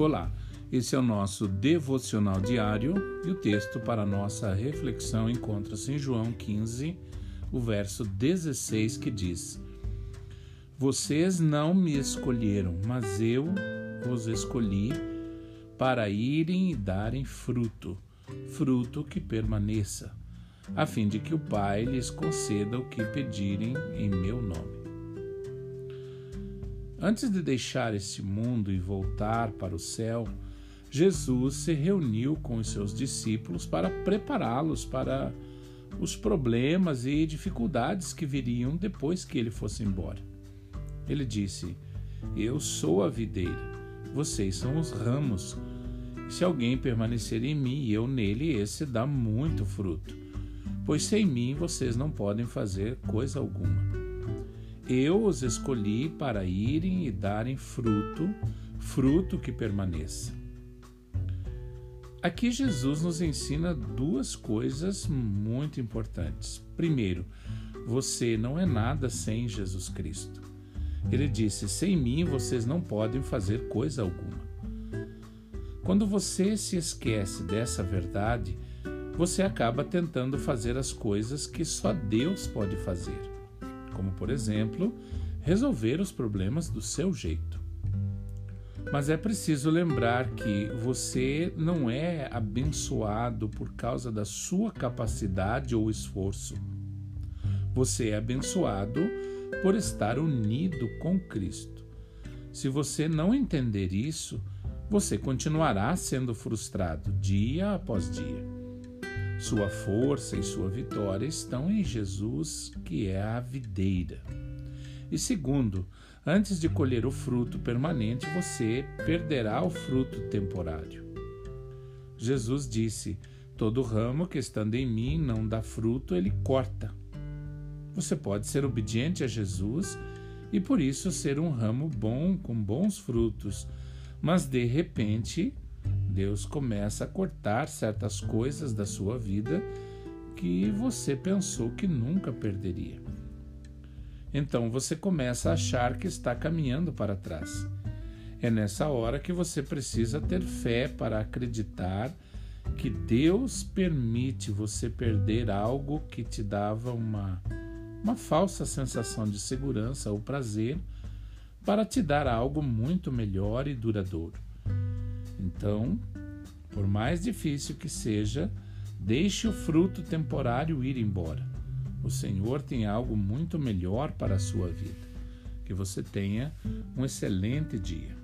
Olá, esse é o nosso devocional diário e o texto para a nossa reflexão encontra-se em João 15, o verso 16, que diz: Vocês não me escolheram, mas eu os escolhi para irem e darem fruto, fruto que permaneça, a fim de que o Pai lhes conceda o que pedirem em meu nome. Antes de deixar este mundo e voltar para o céu, Jesus se reuniu com os seus discípulos para prepará-los para os problemas e dificuldades que viriam depois que ele fosse embora. Ele disse: Eu sou a videira, vocês são os ramos. Se alguém permanecer em mim e eu nele, esse dá muito fruto, pois sem mim vocês não podem fazer coisa alguma. Eu os escolhi para irem e darem fruto, fruto que permaneça. Aqui Jesus nos ensina duas coisas muito importantes. Primeiro, você não é nada sem Jesus Cristo. Ele disse: sem mim vocês não podem fazer coisa alguma. Quando você se esquece dessa verdade, você acaba tentando fazer as coisas que só Deus pode fazer, como, por exemplo, resolver os problemas do seu jeito. Mas é preciso lembrar que você não é abençoado por causa da sua capacidade ou esforço. Você é abençoado por estar unido com Cristo. Se você não entender isso, você continuará sendo frustrado dia após dia. Sua força e sua vitória estão em Jesus, que é a videira. E segundo, antes de colher o fruto permanente, você perderá o fruto temporário. Jesus disse: todo ramo que estando em mim não dá fruto, ele corta. Você pode ser obediente a Jesus e por isso ser um ramo bom, com bons frutos, mas de repente Deus começa a cortar certas coisas da sua vida que você pensou que nunca perderia. Então você começa a achar que está caminhando para trás. É nessa hora que você precisa ter fé para acreditar que Deus permite você perder algo que te dava uma falsa sensação de segurança ou prazer para te dar algo muito melhor e duradouro. Então, por mais difícil que seja, deixe o fruto temporário ir embora. O Senhor tem algo muito melhor para a sua vida. Que você tenha um excelente dia.